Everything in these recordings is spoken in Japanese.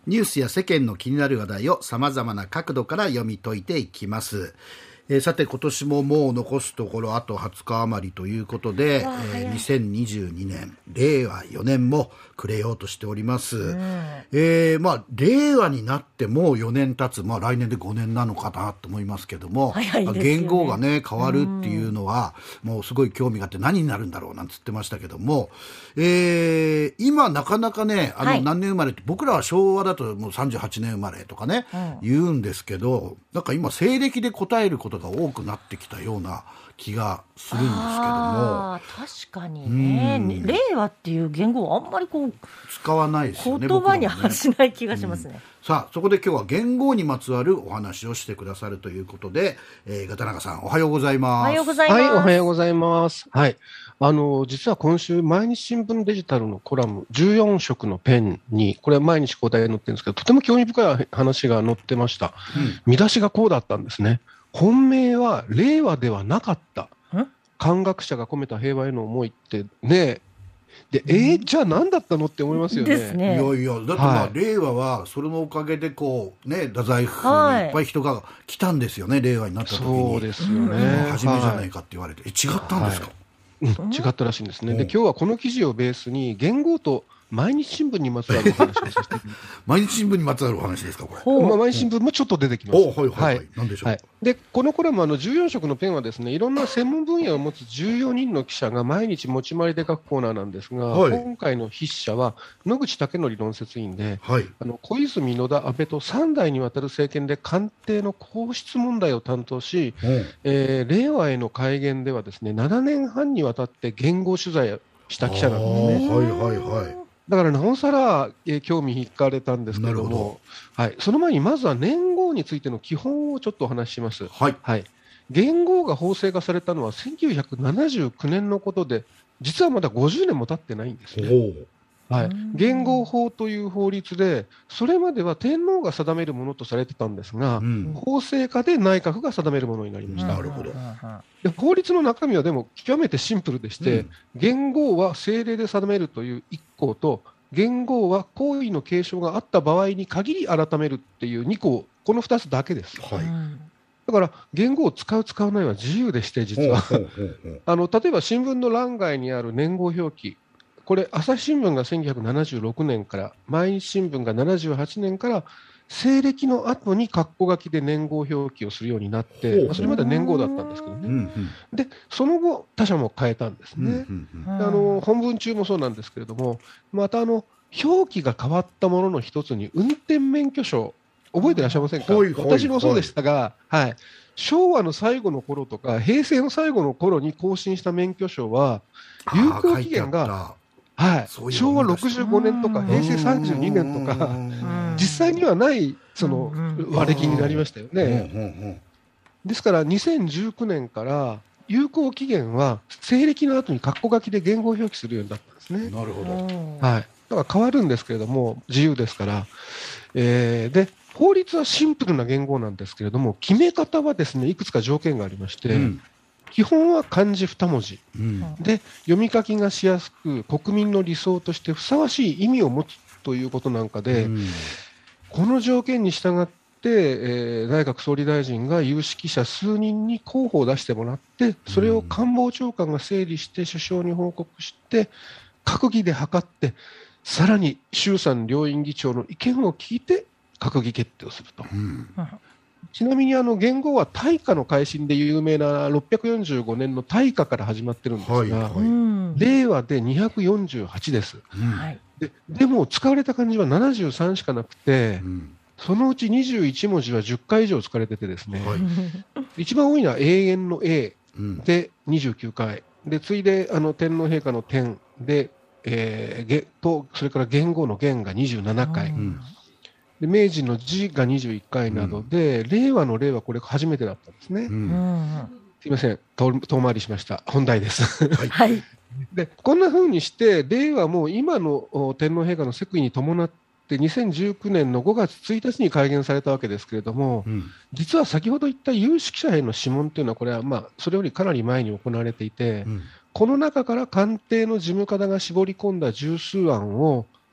ニュースや世間の気になる話題をさまざまな角度から読み解いていきます。さて今年ももう残すところあと20日余りということで、2022年令和4年も暮れようとしております。令和になってもう4年経つ、来年で5年なのかなと思いますけども、言語がね変わるっていうのはもうすごい興味があって何になるんだろうなんつってましたけども、今なかなかね何年生まれって、僕らは昭和だともう38年生まれとかね、言うんですけど、なんか今西暦で答えることが多くなってきたような気がするんですけども、 確かにね、令和っていう言語はあんまり使わないですよね、 言葉に発しない気がしますね。 さあそこで今日は言語にまつわるお話をしてくださるということで、片中さんおはようございます。 おはようございます。はい、実は今週毎日新聞デジタルのコラム14色のペンに、これは毎日交代で載ってるんですけど、とても興味深い話が載ってました。見出しがこうだったんですね。本命は令和ではなかった。漢学者が込めた平和への思いってね、でじゃあ何だったのって思いますよね。 ですね。 いやだって令和はそれのおかげで太宰府にいっぱい人が来たんですよね、令和になった時に。そうですよね。初めじゃないかって言われて、違ったんですか？ 違ったらしいんですね。で今日はこの記事をベースに言語と毎日新聞にまつわるお話をさせていただきます。 毎日新聞にまつわるお話ですか、これ。 毎日新聞もちょっと出てきます。 何でしょう。 でこのコラム14色のペンはですね、いろんな専門分野を持つ14人の記者が毎日持ち回りで書くコーナーなんですが、今回の筆者は野口武則論説委員で、小泉野田安倍と3代にわたる政権で官邸の皇室問題を担当し、令和への改元ではですね7年半にわたって言語取材をした記者なんですね。だからなおさら興味惹かれたんですけども、その前にまずは年号についての基本をちょっとお話しします。元号が法制化されたのは1979年のことで、実はまだ50年も経ってないんですね。元号法という法律で、それまでは天皇が定めるものとされてたんですが、法制化で内閣が定めるものになりました。で法律の中身はでも極めてシンプルでして、元号は政令で定めるという1項と、元号は皇位の継承があった場合に限り改めるっていう2項、この2つだけです。だから元号を使う使わないは自由でして、実は例えば新聞の欄外にある年号表記、これ朝日新聞が1976年から、毎日新聞が78年から西暦の後に括弧書きで年号表記をするようになって、それまでは年号だったんですけどね。でその後他社も変えたんですね。本文中もそうなんですけれども、また表記が変わったものの一つに運転免許証、覚えてらっしゃいませんか？私もそうでしたが、昭和の最後の頃とか平成の最後の頃に更新した免許証は有効期限が昭和65年とか平成32年とか、実際にはないその割り切りになりましたよね。ですから2019年から有効期限は西暦の後に括弧書きで元号表記するようになったんですね。 なるほど。 だから変わるんですけれども自由ですから、で法律はシンプルな元号なんですけれども、決め方はですねいくつか条件がありまして、基本は漢字2文字、で読み書きがしやすく国民の理想としてふさわしい意味を持つということなんかで、この条件に従って、内閣総理大臣が有識者数人に候補を出してもらって、それを官房長官が整理して首相に報告して閣議で諮って、さらに衆参両院議長の意見を聞いて閣議決定をすると。ちなみに元号は大化の改新で有名な645年の大化から始まってるんですが、令和で248です。でも使われた漢字は73しかなくて、そのうち21文字は10回以上使われててですね、一番多いのは永遠の A で29回で、次いで天皇陛下の天で、それから元号の元が27回、で明治の字が21回などで、令和の令はこれ初めてだったんですね。すいません、遠回りしました。本題です。でこんな風にして令和も今の天皇陛下の即位に伴って2019年の5月1日に改元されたわけですけれども、実は先ほど言った有識者への諮問というのは、これはそれよりかなり前に行われていて、この中から官邸の事務方が絞り込んだ十数案を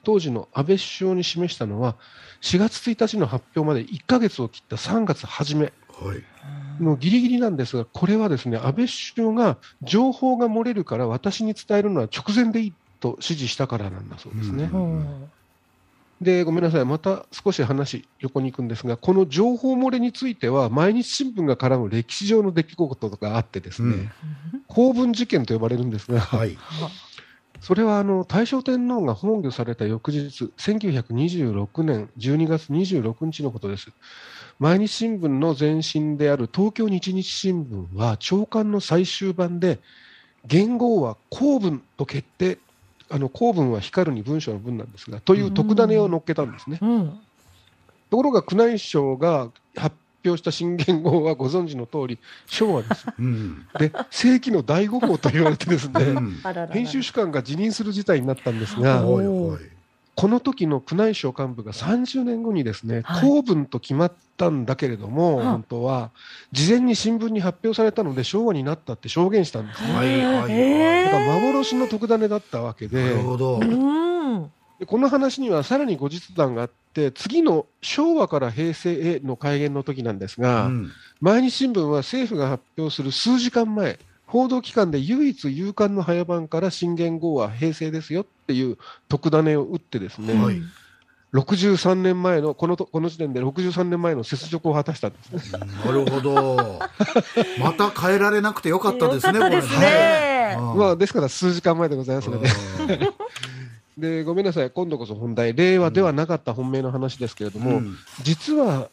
当時の安倍首相に示したのは4月1日の発表まで1ヶ月を切った3月初めのギリギリなんですが、これはですね、安倍首相が情報が漏れるから私に伝えるのは直前でいいと指示したからなんだそうですね。で、ごめんなさい、また少し話横に行くんですが、この情報漏れについては毎日新聞が絡む歴史上の出来事とかあってですね、公文事件と呼ばれるんですが、それは大正天皇が崩御された翌日、1926年12月26日のことです。毎日新聞の前身である東京日日新聞は朝刊の最終版で元号は公文と決定、公文は光るに文章の文なんですがという特ダネを載っけたんですね。ところが宮内省が発表した新元号はご存知の通り昭和です。で、世紀の大誤報と言われてですね、編集主幹が辞任する事態になったんですが、この時の宮内省幹部が30年後にですね、公文と決まったんだけれども、本当は事前に新聞に発表されたので昭和になったって証言したんですね。だから幻の特ダネだったわけで、でこの話にはさらに後日談があって、次の昭和から平成への改元の時なんですが、毎日新聞は政府が発表する数時間前、報道機関で唯一夕刊の早番から新元号は平成ですよっていう特ダネを打ってですね、63年前のこの時点で63年前の雪辱を果たしたんですね。 なるほど。また変えられなくてよかったですね、これね。 ですから数時間前でございますので。で、ごめんなさい、今度こそ本題、令和ではなかった本命の話ですけれども、実は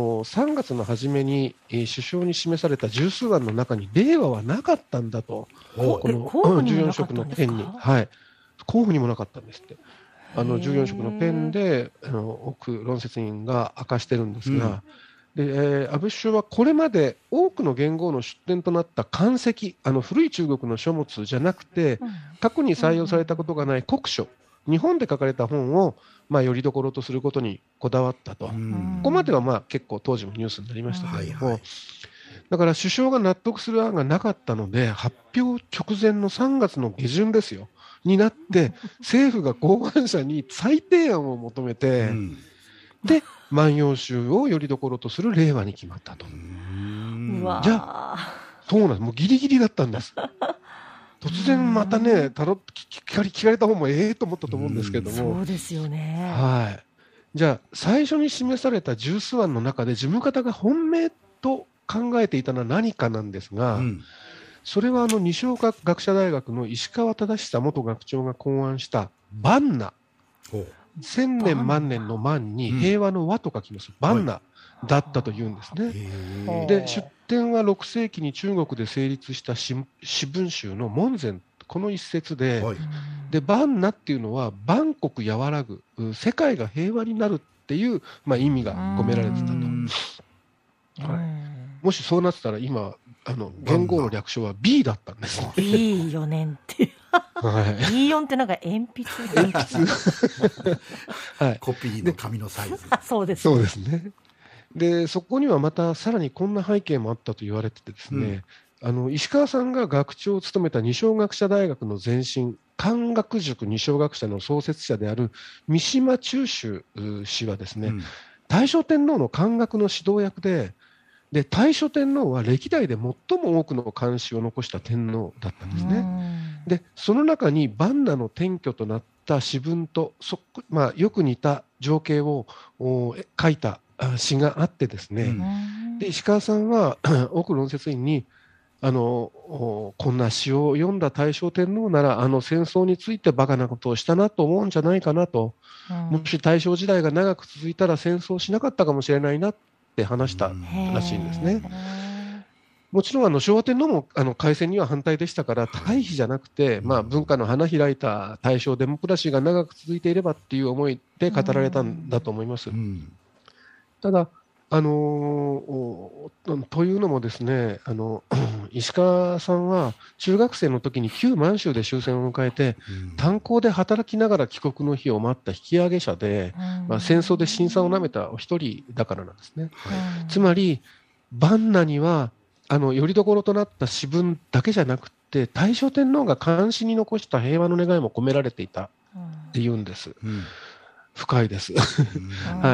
3月の初めに、首相に示された十数案の中に令和はなかったんだと、この14色のペンに、候補にもなかったんですって。14色のペンで奥論説員が明かしてるんですが、で安倍首相はこれまで多くの元号の出典となった漢石、古い中国の書物じゃなくて、過去に採用されたことがない国書、日本で書かれた本をよりどころとすることにこだわったと、ここまでは結構当時もニュースになりましたけれども、だから首相が納得する案がなかったので、発表直前の3月の下旬ですよになって、政府が考案者に再提案を求めて、で万葉集をよりどころとする令和に決まったと。じゃあそうなんです、もうギリギリだったんです。突然またね、聞かれた方もと思ったと思うんですけども、 そうですよね。 じゃあ最初に示された十数案の中で事務方が本命と考えていたのは何かなんですが、それは西岡学者大学の石川忠久元学長が考案した万那、千年万年の万に平和の和と書きます万那だったというんですね。で、出典は6世紀に中国で成立した詩文集の門前、この一節で、で万那っていうのは万国和らぐ、世界が平和になるっていう、意味が込められてたと。もしそうなってたら今元号の略称は B だったんです。 B4年っていう。B4 ってなんか鉛筆。 コピーの紙のサイズ。 そうです。 そうですね。で、そこにはまたさらにこんな背景もあったと言われててですね、石川さんが学長を務めた二松学舎大学の前身、漢学塾二松学舎の創設者である三島中秋氏はですね、大正天皇の漢学の指導役で、大正天皇は歴代で最も多くの漢詩を残した天皇だったんですね。で、その中に万那の典拠となった詩文とよく似た情景を書いた詩があってですね、で石川さんは奥論説員にこんな詩を読んだ大正天皇なら戦争についてバカなことをしたなと思うんじゃないかなと、もし大正時代が長く続いたら戦争しなかったかもしれないなって話したらしいんですね。もちろん昭和天皇も開戦には反対でしたから、対比じゃなくて、文化の花開いた大正デモクラシーが長く続いていればっていう思いで語られたんだと思います。ただというのもですね、石川さんは中学生の時に旧満州で終戦を迎えて、炭鉱で働きながら帰国の日を待った引き上げ者で、戦争で辛酸をなめたお一人だからなんですね。つまり万那にはよりどころとなった詩文だけじゃなくて、大正天皇が漢詩に残した平和の願いも込められていたって言うんです。深いです。はい。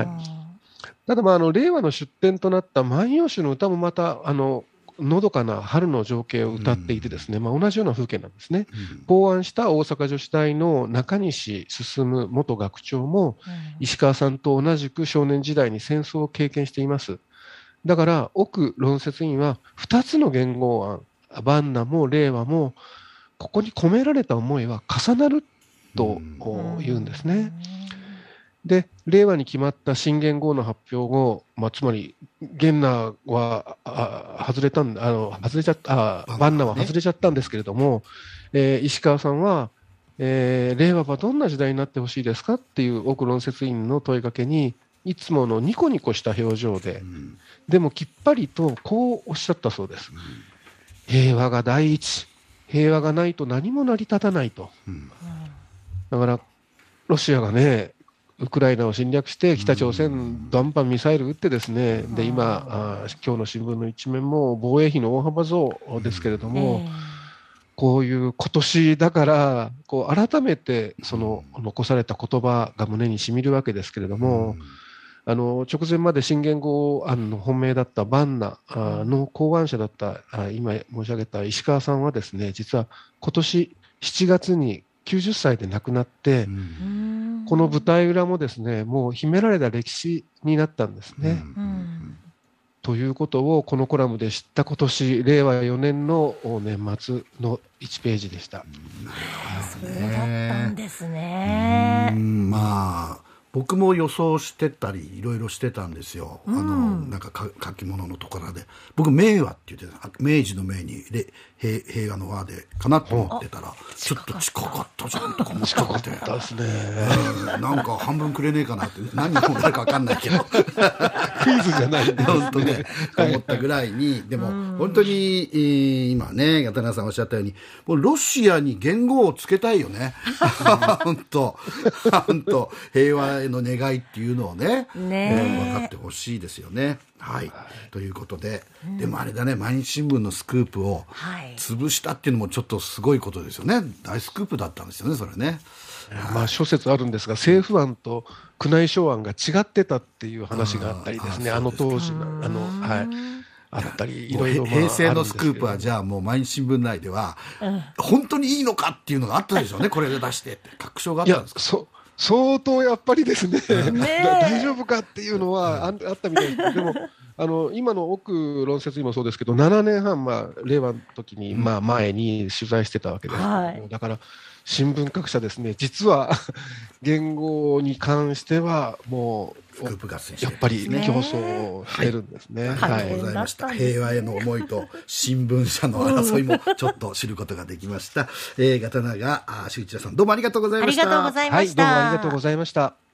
ただ、令和の出典となった万葉集の歌もまた、のどかな春の情景を歌っていてですね、同じような風景なんですね。考案した大阪女子大の中西進元学長も、石川さんと同じく少年時代に戦争を経験しています。だから、奥論説委員は2つの元号案、万那も令和も、ここに込められた思いは重なると言うんですね。で、令和に決まった新元号の発表後、つまり、元那は外れちゃった、万那は外れちゃったんですけれども、石川さんは、令和はどんな時代になってほしいですかっていう奥論説委員の問いかけに、いつものニコニコした表情で、でもきっぱりとこうおっしゃったそうです。平和が第一、平和がないと何も成り立たないと。だから、ロシアがね、ウクライナを侵略して北朝鮮バンバンミサイル撃ってですね、で今日の新聞の一面も防衛費の大幅増ですけれども、こういう今年だから改めてその残された言葉が胸にしみるわけですけれども、直前まで新元号案の本命だった万那の考案者だった今申し上げた石川さんはですね、実は今年7月に90歳で亡くなって、この舞台裏もですね、もう秘められた歴史になったんですね。ということをこのコラムで知った今年令和4年の年末の1ページでした。 そうだったんですね。 僕も予想してたりいろいろしてたんですよ。なんか書き物のところで僕明和って言ってた、明治の明に平和の和でかなと思ってたら、ちょっと近かったじゃんとか思っちゃってですね。 なんか半分くれねえかなって、何が本当か分かんないけどクイズじゃないんですね。 本当ね、思ったぐらいに、でも本当に今ね、ガタナさんおっしゃったように、もうロシアに元号をつけたいよね。本当平和への願いっていうのをね、分かってほしいですよね。はい、ということで、でもあれだね、毎日新聞のスクープを潰したっていうのもちょっとすごいことですよね。大スクープだったんですよね、それね。 諸説あるんですが、政府案と宮内省案が違ってたっていう話があったりですね、当時のあったり、いろいろ平成のスクープはじゃあもう毎日新聞内では、本当にいいのかっていうのがあったでしょうね。これで出してって確証があったんですか。 相当やっぱりですね大丈夫かっていうのはあったみたいです。でも今の奥論説にもそうですけど、7年半、令和の時に、前に取材してたわけですけど、だから新聞各社ですね、実は言語に関してはもうやっぱり競争してるんですね。 ありがとうございました。平和への思いと新聞社の争いもちょっと知ることができました。ガタナガ修一郎さん、どうもありがとうございました。 ありがとうございました。 どうもありがとうございました。